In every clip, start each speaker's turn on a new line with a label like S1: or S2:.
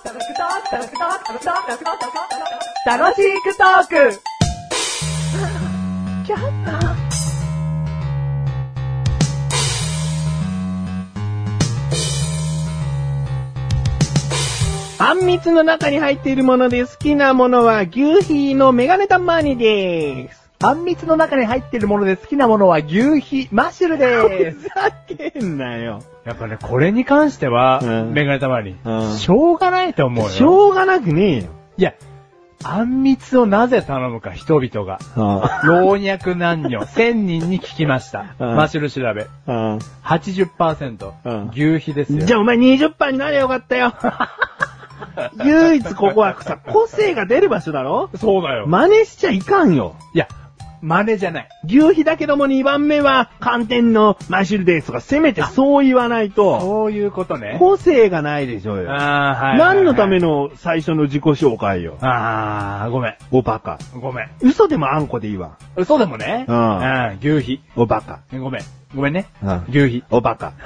S1: 楽しくトーク
S2: あんみつの中に入っているもので好きなものは牛皮のメガネたまにです。
S1: あんみつの中に入っているもので好きなものは牛皮マッシュルで
S2: ふざけんなよ。
S1: やっぱね、これに関しては、メガネたまに、しょうがないと思うよ。
S2: しょうがなくねえよ。
S1: いや、あんみつをなぜ頼むか、人々が。老若男女、1000人に聞きました。マッシュル調べ。80%、牛皮ですよ。
S2: じゃあお前 20% になりゃよかったよ。唯一ここはさ、個性が出る場所だろ？
S1: そうだよ。
S2: 真似しちゃいかんよ。
S1: いや、真似じゃない。
S2: 牛皮だけども2番目は寒天のマッシュルですとか、せめてそう言わないと。
S1: そういうことね。
S2: 個性がないでしょうよ。
S1: はい。
S2: 何のための最初の自己紹介よ。
S1: ごめん。
S2: おバカ。
S1: ごめん。
S2: 嘘でもあんこでいいわ。
S1: 嘘でもね。牛皮。
S2: おバカ。
S1: ごめん。ごめんね。牛皮。
S2: おバカ。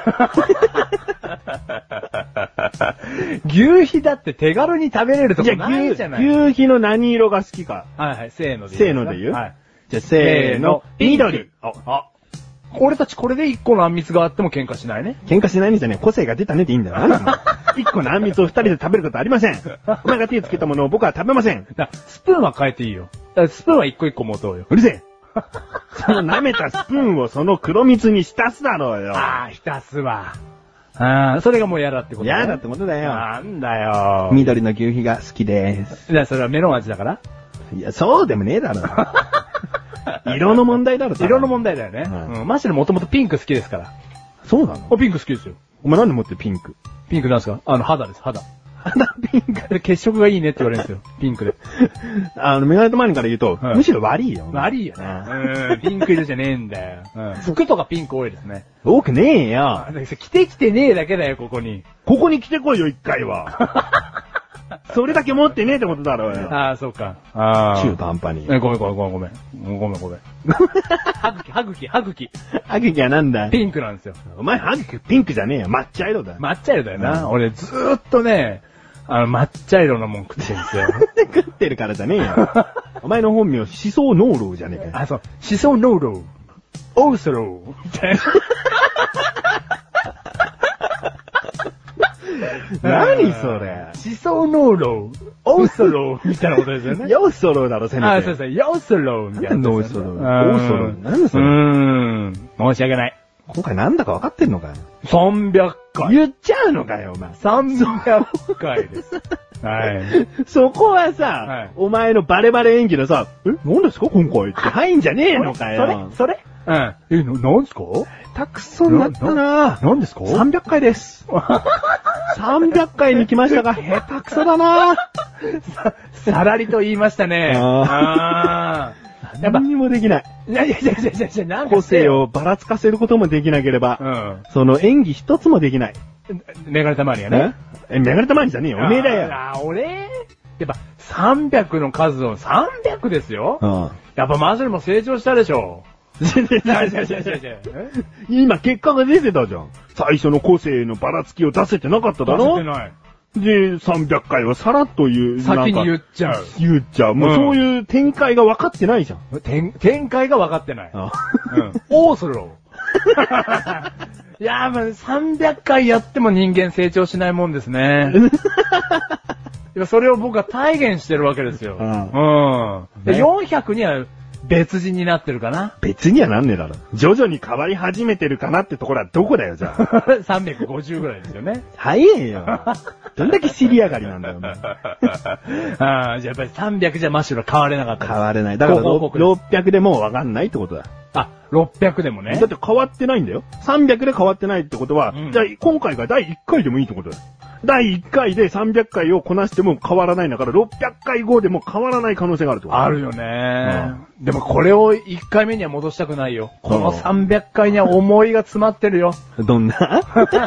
S1: 牛皮だって手軽に食べれるとこないじゃない。
S2: 牛皮の何色が好きか。
S1: はい、せーので
S2: 言う。せーので言う？
S1: はい。
S2: じゃあせーの、緑。
S1: 俺たちこれで1個のあんみつがあっても喧嘩しないね。
S2: 喧嘩しないんじゃねえ。個性が出たねでいいんだよ。1個のあんみつを2人で食べることありません。お前が手をつけたものを僕は食べません。
S1: スプーンは変えていいよ。スプーンは1個1個持とうよ。
S2: うるせえ。その舐めたスプーンをその黒蜜に浸すだろうよ。
S1: 浸すわ。それがもう嫌だってこと
S2: 嫌だってことだよ。
S1: なんだよ。
S2: 緑の牛皮が好きです。
S1: じゃあそれはメロン味だから？
S2: いや、そうでもねえだろ。色の問題だろ。
S1: 色の問題だよね。マッシュルもともとピンク好きですから。
S2: そうなの？
S1: ピンク好きですよ。
S2: お前なんで持ってるピンク？
S1: ピンクなんですか？肌です、肌ピンク。血色がいいねって言われるんですよ。ピンクで。
S2: メガネとマニから言うと、むしろ悪いよ。
S1: 悪いよね。ピンク色じゃねえんだよ。服とかピンク多いですね。
S2: 多くねえよ。
S1: 着てきてねえだけだよ、ここに。
S2: ここに来てこいよ、一回は。それだけ持ってねえってことだろうよ。
S1: そうか。
S2: 中途半端に。
S1: ごめん。歯茎。
S2: 歯茎はなんだ？
S1: ピンクなんですよ。
S2: お前歯茎ピンクじゃねえよ。抹茶色だよ。
S1: 抹茶色だよな。俺ずーっとね、抹茶色のもん食ってるんですよ。
S2: 食ってるからじゃねえよ。お前の本名、シソウノーロウじゃねえかよ。
S1: そう。シソウノーロウ。オーソロウ。みたいな。
S2: 何それ？
S1: シソノーロー、オーソローみたいなことですよね。
S2: ヨーソローだろ、せめて。
S1: そう。ヨーソローみたいな。
S2: ノーソロー。オーソロー。何それ？
S1: 申し訳ない。
S2: 今回なんだか分かってんのかよ。
S1: 300回。
S2: 言っちゃうのかよ、お前。
S1: 300回です。はい。
S2: そこはさ、お前のバレバレ演技のさ、何ですか今回って入んじゃねえのかよ。
S1: それなんすか？
S2: たくそになったな
S1: 何ですか？
S2: 300回です。300回に来ましたが、下手くそだな
S1: さらりと言いましたね。
S2: 何にもできない。
S1: いや、
S2: 個性をばらつかせることもできなければ、その演技一つもできない。
S1: メガネたまわりやね。
S2: メガネたまわりじゃねえよ。おめえだよ。
S1: 俺やっぱ300の数を300ですよ。やっぱマジでも成長したでしょ。
S2: 今結果が出てたじゃん。最初の個性のばらつきを出せてなかっただろ？
S1: 出せてない。
S2: で、300回はさらっと言う。
S1: 先に言っちゃう。
S2: もうそういう展開が分かってないじゃん。
S1: 展開が分かってない。オーソロー。いやー、300回やっても人間成長しないもんですね。それを僕は体現してるわけですよ。400には別人になってるかな。
S2: 別にはなんねえだろ。徐々に変わり始めてるかなってところはどこだよ、じゃあ。
S1: 350ぐらいですよね。
S2: 早えよ。どんだけ尻上がりなんだよ、お前。
S1: じゃあやっぱり300じゃマッシュル変われなかった。
S2: 変われない。だから600でもうわかんないってことだ。
S1: 600でもね。
S2: だって変わってないんだよ。300で変わってないってことは、じゃあ今回が第1回でもいいってことだよ。第1回で300回をこなしても変わらないんだから、600回後でも変わらない可能性があるってこと
S1: あるよね。でもこれを1回目には戻したくないよ。この300回には思いが詰まってるよ。
S2: どんな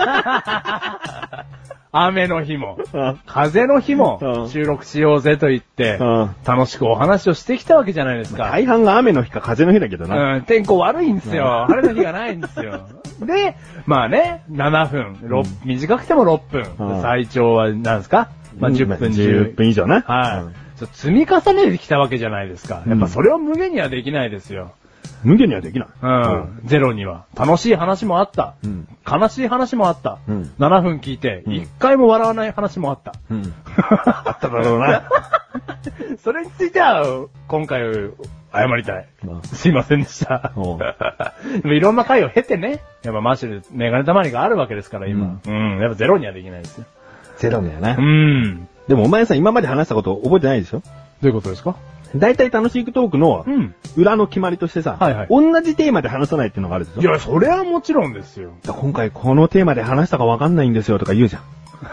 S1: 雨の日も、風の日も収録しようぜと言って、楽しくお話をしてきたわけじゃないですか。
S2: 大半が雨の日か風の日だけどな。
S1: 天候悪いんですよ。晴れの日がないんですよ。で、まあね、7分、短くても6分、最長は何ですかまあ10分
S2: 10分以上ね。
S1: はい。積み重ねてきたわけじゃないですか。やっぱそれを無限にはできないですよ。
S2: 無限にはできない。
S1: ゼロには。楽しい話もあった。悲しい話もあった。7分聞いて、1回も笑わない話もあった。
S2: あっただろうな。
S1: それについては、今回、謝りたい。すいませんでした。でもいろんな回を経てね、やっぱマッシュル、メガネたまりがあるわけですから、今。やっぱゼロにはできないですよ。
S2: ゼロにはね。でもお前さん今まで話したこと覚えてないでしょ？
S1: どういうことですか？
S2: 大体楽しいトークの裏の決まりとしてさ、同じテーマで話さないっていうのがあるでしょ？
S1: いや、それはもちろんですよ。
S2: 今回このテーマで話したかわかんないんですよとか言うじゃん。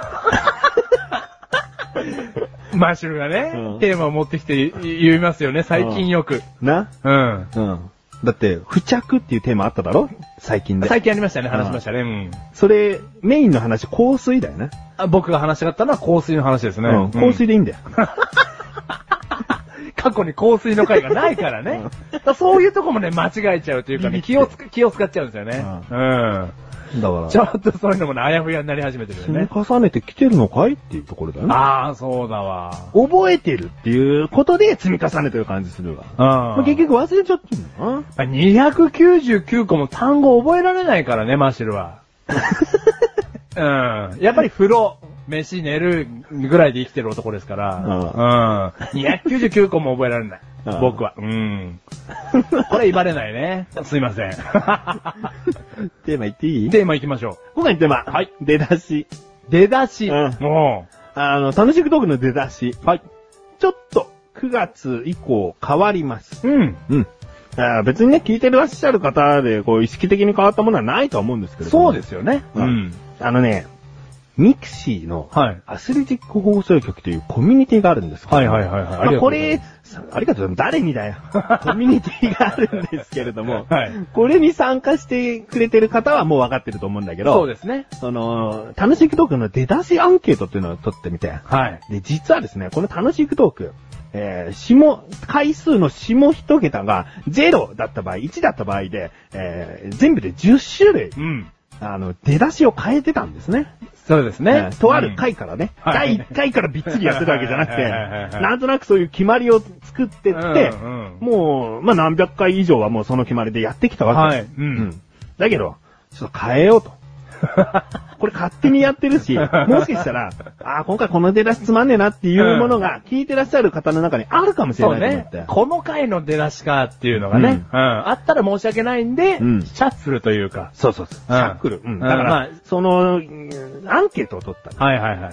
S1: マッシュルがね、テーマを持ってきて言いますよね、最近よく。
S2: な？だって、付着っていうテーマあっただろ？最近で。
S1: 最近ありましたね、話しましたね。
S2: それ、メインの話、香水だよね。
S1: 僕が話したかったのは香水の話ですね。
S2: 香水でいいんだよ。
S1: 過去に香水の回がないからね。そういうとこもね、間違えちゃうというかね、気を使っちゃうんですよね。だから。ちょっとそういうのもね、あやふやになり始めてるよね。
S2: 積み重ねてきてるのかいっていうところだよね。
S1: ああ、そうだわ。
S2: 覚えてるっていうことで積み重ねてる感じするわ。結局忘れちゃってるのかな。
S1: 299個も単語覚えられないからね、マシルは。やっぱり風呂、飯、寝るぐらいで生きてる男ですから。299個も覚えられない。僕は。これ言われないね。すいません。
S2: テーマ言っていい？
S1: テーマ行きましょう。
S2: 今回のテーマ。はい。出だし。
S1: 出だし。
S2: もう。楽しくトークの出だし。はい。ちょっと、9月以降変わります。別にね、聞いてらっしゃる方で、意識的に変わったものはないとは思うんですけど。
S1: そうですよね。
S2: ミクシーのアスレチック放送局というコミュニティがあるんですけど、これ、ありがとうございます。誰にだよ。コミュニティがあるんですけれども、これに参加してくれてる方はもう分かってると思うんだけど、
S1: そうですね。
S2: 楽しくトークの出だしアンケートっていうのを取ってみて、で、実はですね、この楽しくトーク、回数の下一桁が0だった場合、1だった場合で、全部で10種類、出だしを変えてたんですね。
S1: そうですね。
S2: とある回からね、第1回からびっちりやってたわけじゃなくて、なんとなくそういう決まりを作ってって、もう、何百回以上はもうその決まりでやってきたわけです。だけど、ちょっと変えようと。これ勝手にやってるし、もしかしたら、今回この出だしつまんねえなっていうものが聞いてらっしゃる方の中にあるかもしれないと思って。
S1: ね、この回の出だしかっていうのがね、あったら申し訳ないんで、シャッフルというか。
S2: シャッフル。だから、アンケートを取った。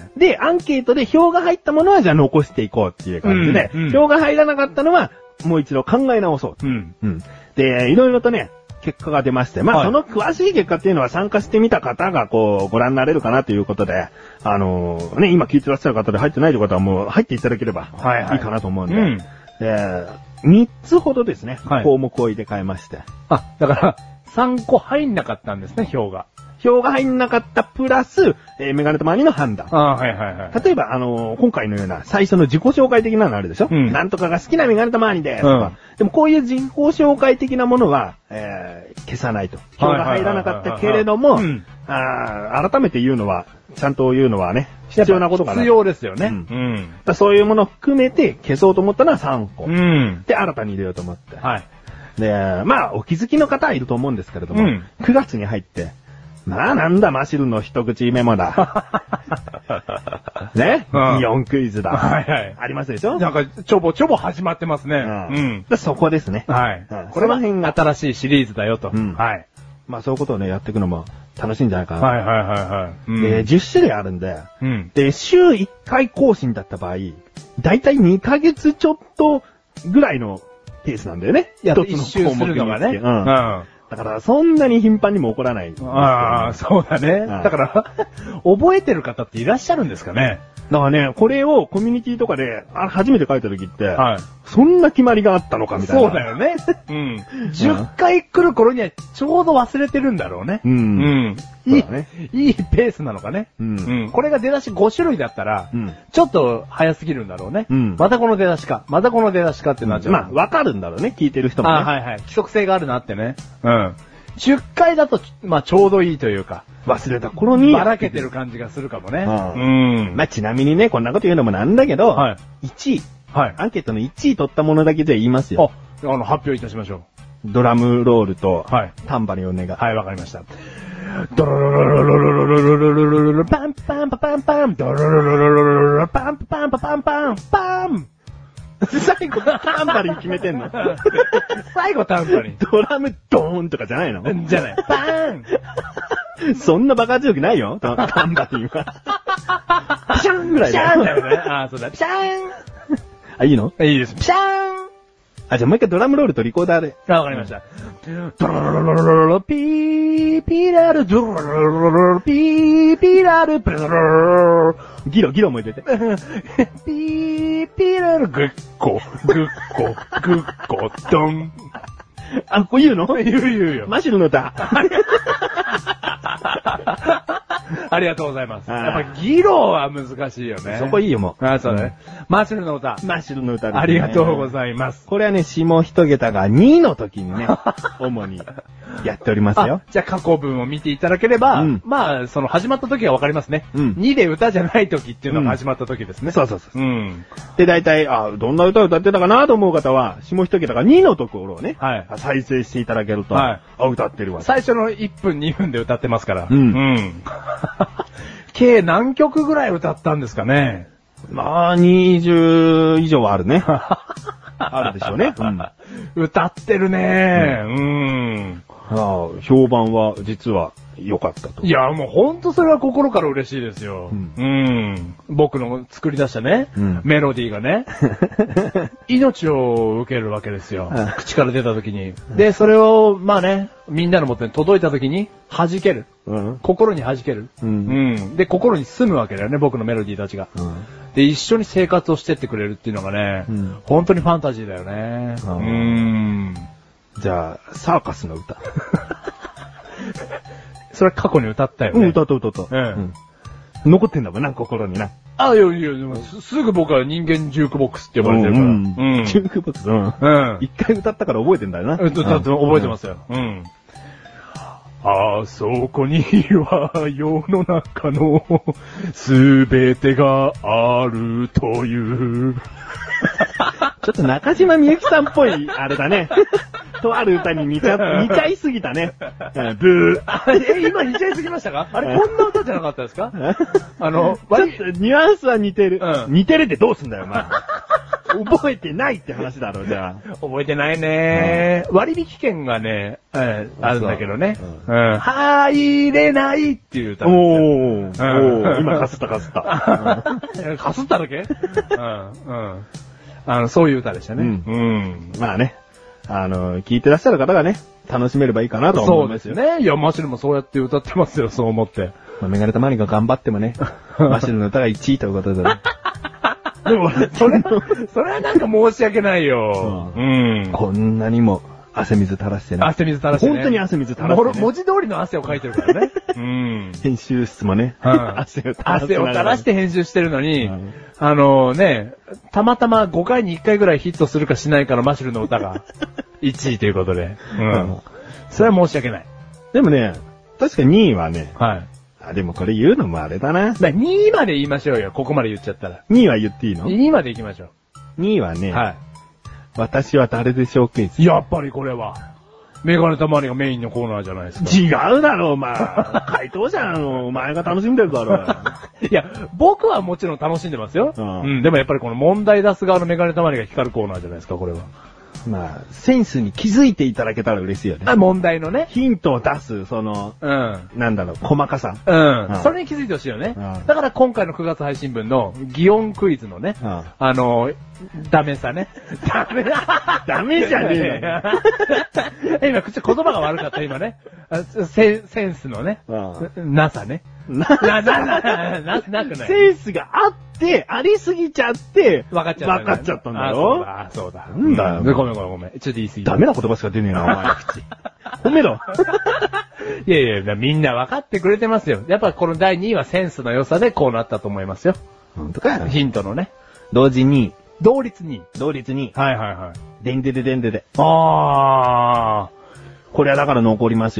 S2: で、アンケートで票が入ったものはじゃあ残していこうっていう感じで、票が入らなかったのはもう一度考え直そうと。で、いろいろとね、結果が出まして、その詳しい結果っていうのは参加してみた方がご覧になれるかなということで、今聞いてらっしゃる方で入ってないという方はもう入っていただければいいかなと思うんで、3つほどですね、項目を入れ替えまして。
S1: だから、3個入んなかったんですね、票が。
S2: 票が入んなかったプラス、メガネと周りの判断。例えば、今回のような最初の自己紹介的なのあるでしょ、なんとかが好きなメガネと周りで、とか。でもこういう自己紹介的なものは、消さないと。票が入らなかったけれども、改めて言うのは、ちゃんと言うのはね、必要なことかな。
S1: 必要ですよね。
S2: そういうものを含めて消そうと思ったのは3個。で、新たに入れようと思って。で、お気づきの方はいると思うんですけれども、9月に入って、なんだ、マシルの一口メモだ。ね、イオンクイズだ。ありますでしょ？
S1: なんか、ちょぼちょぼ始まってますね。
S2: そこですね。
S1: これは新しいシリーズだよと。
S2: そういうことをね、やっていくのも楽しいんじゃないかな。
S1: で、
S2: 10種類あるんで、で、週1回更新だった場合、だいたい2ヶ月ちょっとぐらいのペースなんだよね。
S1: 一つの項目がね。
S2: だから、そんなに頻繁にも起こらない。
S1: そうだね。だから、覚えてる方っていらっしゃるんですかね。
S2: だからね、これをコミュニティとかで、初めて書いた時って、そんな決まりがあったのかみたいな。
S1: そうだよね。10回来る頃にはちょうど忘れてるんだろうね。いいペースなのかね。これが出だし5種類だったら、ちょっと早すぎるんだろうね。またこの出だしか、またこの出だしかってなっちゃう。
S2: わかるんだろうね、聞いてる人もね。
S1: 規則性があるなってね。10回だと、ちょうどいいというか。
S2: 忘れた頃に。
S1: ばらけてる感じがするかもね。
S2: まあ、ちなみにね、こんなこと言うのもなんだけど、はい、1位。はい。アンケートの1位取ったものだけで言いますよ。
S1: 発表いたしましょう。
S2: ドラムロールと、はい。タンバリンお願い。
S1: はい、わかりました。ドロロロロロロロロロロロロロロパンパンパパンパンドロロロロロロロパンパンパパンパンパン
S2: 最後タンバリン決めてんの
S1: 最後タンバリン。
S2: ドラムドーンとかじゃないの
S1: じゃない。パーン
S2: そんなバカ強くないよ、タンバリンは。ピシャンぐらいだよ。
S1: ピシャンだよね。あ、そうだ。ピシャン
S2: あ、いいの？
S1: いいです。ピシャン
S2: あ、じゃあもう一回ドラムロールとリコーダーで。
S1: わかりました。ドロロロロロロピーピーラルドロロロロロピーピーラルプロロ
S2: ギロも入れて。
S1: ピーピーラルグッコドン。
S2: あ、これ言うの？
S1: 言うよ。
S2: マシュルの歌。
S1: ありがとうございます。やっぱギロは難しいよね。
S2: そこいいよ、もう。
S1: あ、そうね。マシュルの歌。
S2: マシュルの歌です
S1: ね。ありがとうございます。
S2: これはね、下一桁が2の時にね、主にやっておりますよ。
S1: じゃあ過去文を見ていただければ、まあ、その始まった時がわかりますね。2で歌じゃない時っていうのが始まった時ですね。
S2: そう。で、大体、どんな歌を歌ってたかなと思う方は、下一桁が2のところをね、再生していただけると、歌ってるわ。
S1: 最初の1分2分で歌ってますから。計何曲ぐらい歌ったんですかね。
S2: まあ、20以上はあるね。あるでしょうね。
S1: 歌ってるね。
S2: 評判は実は良かったと。
S1: いや、もうほんとそれは心から嬉しいですよ。僕の作り出したね、メロディーがね、命を受けるわけですよ。口から出た時に。で、それを、まあね、みんなの元に届いた時に弾ける。心に弾ける。で、心に住むわけだよね、僕のメロディーたちが。で、一緒に生活をしてってくれるっていうのがね、本当にファンタジーだよね。
S2: じゃあ、サーカスの歌。
S1: それは過去に歌ったよね。
S2: 歌った。残ってんだもんな、心にな。
S1: いや、すぐ僕は人間ジュークボックスって呼ばれてるから。
S2: ジュークボックス。一回歌ったから覚えてんだよな。
S1: 覚えてますよ。あそこには世の中のすべてがあるという。
S2: ちょっと中島みゆきさんっぽい、あれだね。とある歌に似ちゃいすぎたね。ブ
S1: ー。今似ちゃいすぎましたか？あれ、こんな歌じゃなかったですか？ちょっと
S2: ニュアンスは似てる。似てるってどうすんだよ、お前。覚えてないって話だろ、じゃあ。
S1: 覚えてないね。割引券がね、あるんだけどね。入れないっていう歌。
S2: 今かすった。
S1: かすっただけ？そういう歌でしたね。
S2: まあね。聞いてらっしゃる方がね、楽しめればいいかなと思いますよ。
S1: そうですね。いや、マシルもそうやって歌ってますよ、そう思って。
S2: メガネたまにが頑張ってもね、マシルの歌が1位ということでね。
S1: でも、それはなんか申し訳ないよ。
S2: こんなにも汗水垂らしてね。
S1: 汗水垂らしてね。
S2: 本当に汗水垂らしてね。
S1: 文字通りの汗をかいてるからね。
S2: 編集室もね、
S1: 汗を垂らして編集してるのに、たまたま5回に1回ぐらいヒットするかしないかのマシルの歌が1位ということで。それは申し訳ない。
S2: でもね、確か2位はね、でもこれ言うのもあれだな。
S1: 2位まで言いましょうよ、ここまで言っちゃったら。
S2: 2位は言っていいの？
S1: 2位まで行きましょう。
S2: 2位はね、私は誰でしょうクイズ。
S1: やっぱりこれは、メガネたまりがメインのコーナーじゃないですか。
S2: 違うだろ、お前。回答じゃん。お前が楽しんでるだろ。
S1: いや、僕はもちろん楽しんでますよ。でもやっぱりこの問題出す側のメガネたまりが光るコーナーじゃないですか、これは。
S2: まあ、センスに気づいていただけたら嬉しいよね。
S1: 問題のね。
S2: ヒントを出す、なんだろう、細かさ。
S1: それに気づいてほしいよね。だから今回の9月配信分の擬音クイズのね、ダメさね。
S2: ダメじゃね
S1: えよ。今、言葉が悪かった、今ね。センスのね。なさね。なくない。
S2: センスがあって、ありすぎちゃって、
S1: 分かっちゃったんだ
S2: ろ？
S1: そうだ。
S2: なんだよ。
S1: ごめん。ちょっと言い過ぎた。
S2: ダメな言葉しか出ねえな、お前の口。褒めろ。
S1: いや、みんな分かってくれてますよ。やっぱこの第2位はセンスの良さでこうなったと思いますよ。
S2: 本当かよ。
S1: ヒントのね。
S2: 同時に。
S1: 同率2位。
S2: はい。でんでで。
S1: こ
S2: れはだから残りますよ。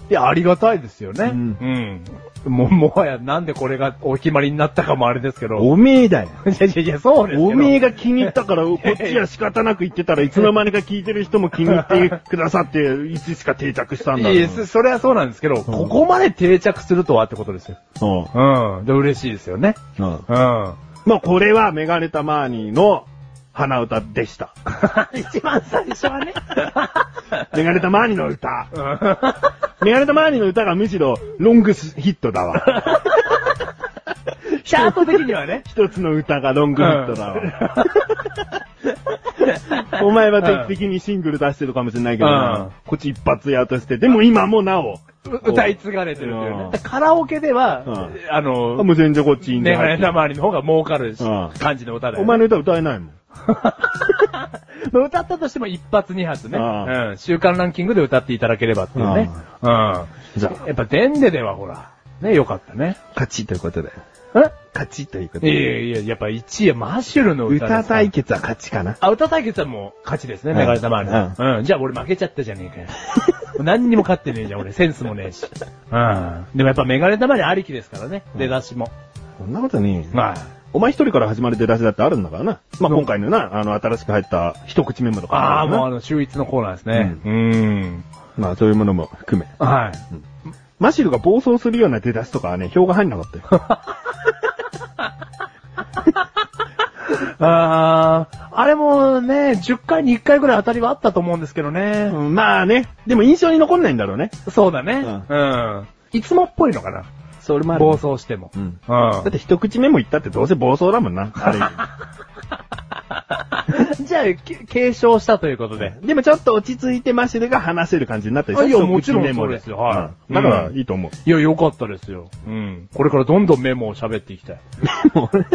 S1: いや、ありがたいですよね。もはやなんでこれがお決まりになったかもあれですけど。
S2: おめえだよ。
S1: いや、そうですよ。
S2: おめえが気に入ったから、こっちは仕方なく言ってたらいつの間にか聞いてる人も気に入ってくださって、いつしか定着したんだろう。
S1: いや、それはそうなんですけど、ここまで定着するとはってことですよ。で、嬉しいですよね。
S2: まあ、これはメガネタマーニーの鼻歌でした。
S1: 一番最初はね。
S2: メガネタマーニーの歌。メガネタマーニーの歌がむしろロングヒットだわ。
S1: チャート的にはね。
S2: 一つの歌がロングヒットだわ。お前は定期的にシングル出してるかもしれないけどな。こっち一発屋として。でも今もなお。
S1: 歌い継がれてるっていうね。カラオケでは、
S2: もう全然こっちいいんだよ。
S1: メガネたまわりの方が儲かる感じの歌だよ。
S2: お前の歌歌えないもん。
S1: 歌ったとしても一発二発ね。週間ランキングで歌っていただければっていうね。じゃあ、やっぱデンデではほら、ね、よかったね。
S2: 勝ちということで。勝ちということ
S1: で。いや、やっぱ1位はマッシュルの歌です。
S2: 歌対決は勝ちかな。
S1: 歌対決はもう勝ちですね、メガネたまわり。じゃあ俺負けちゃったじゃねえかよ。何にも勝ってねえじゃん、俺。センスもねえし。でもやっぱメガネたまわりありきですからね、出だしも。
S2: そんなことねえ。お前一人から始まる出だしだってあるんだからな。まあ、今回のな、新しく入った一口メモとか。
S1: もう秀逸のコーナーですね。
S2: まあ、そういうものも含め。マシルが暴走するような出だしとかはね、票が入んなかったよ。
S1: あれもね、10回に1回ぐらい当たりはあったと思うんですけどね。
S2: まあね。でも印象に残んないんだろうね。
S1: そうだね。いつもっぽいのかな。
S2: それもある。
S1: 暴走しても。
S2: だって一口目も言ったってどうせ暴走だもんな。あれ。
S1: じゃあ、継承したということで。
S2: でもちょっと落ち着いてマシルが話せる感じになったりする。
S1: いや、もちろんそうですよ。
S2: だからいいと思う。
S1: いや、よかったですよ。これからどんどんメモを喋っていきたい。メモね。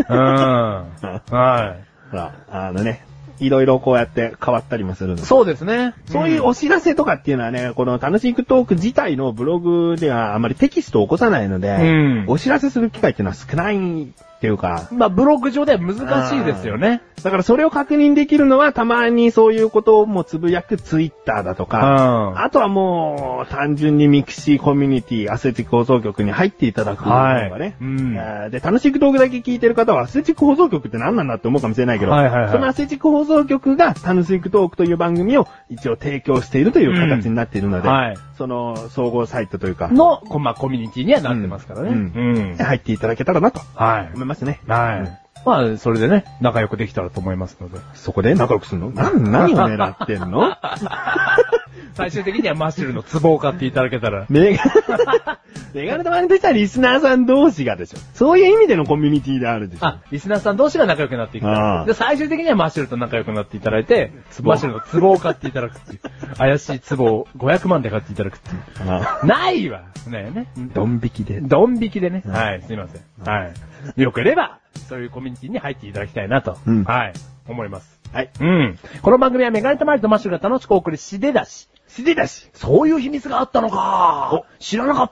S2: いろいろこうやって変わったりもするの。
S1: そうですね。
S2: そういうお知らせとかっていうのはね、この楽しくトーク自体のブログではあまりテキストを起こさないので、お知らせする機会っていうのは少ないっていうか。
S1: まあ、ブログ上では難しいですよね。
S2: だからそれを確認できるのはたまにそういうことをもつぶやくツイッターだとか、あとはもう単純にミクシーコミュニティ、アスレチック放送局に入っていただくのがね。で、楽しくトークだけ聞いてる方はアスレチック放送局って何なんだって思うかもしれないけど、そのアスレチック放送局が楽しくトークという番組を一応提供しているという形になっているので、その総合サイトというか、
S1: の、まあ、コミュニティにはなってますからね。
S2: 入っていただけたらなと思いますね。
S1: まあ、それでね、仲良くできたらと思いますので。
S2: そこで仲良くするの？何を狙ってんの？
S1: 最終的にはマッシュルのツボを買っていただけたら。
S2: メガネたまにとしてはリスナーさん同士がでしょ。そういう意味でのコミュニティであるでしょ。
S1: リスナーさん同士が仲良くなっていくから。で、最終的にはマッシュルと仲良くなっていただいて、マッシュルのツボを買っていただくっていう。怪しいツボを500万で買っていただくっていう。ないわね。
S2: ドン引きで。
S1: ドン引きでね。すいません。よければ、そういうコミュニティに入っていただきたいなと。思います。この番組はメガネたまりとマッシュルが楽しくお送りしでだし。そういう秘密があったのか。知らなかった。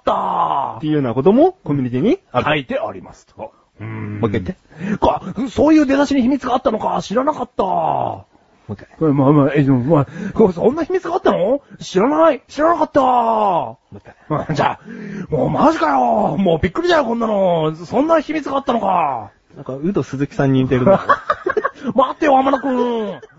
S2: っていうようなこともコミュニティに
S1: 書いてありますと。
S2: もう一回言
S1: って。そういう出だしに秘密があったのか。知らなかった。も
S2: う一回。
S1: そんな秘密があったの？知らなかった。もう一回。じゃあ、もうマジかよ。もうびっくりだよ、こんなの。そんな秘密があったのか。
S2: なんか、ウド鈴木さんに似てるな。
S1: 待ってよ、浜田くん。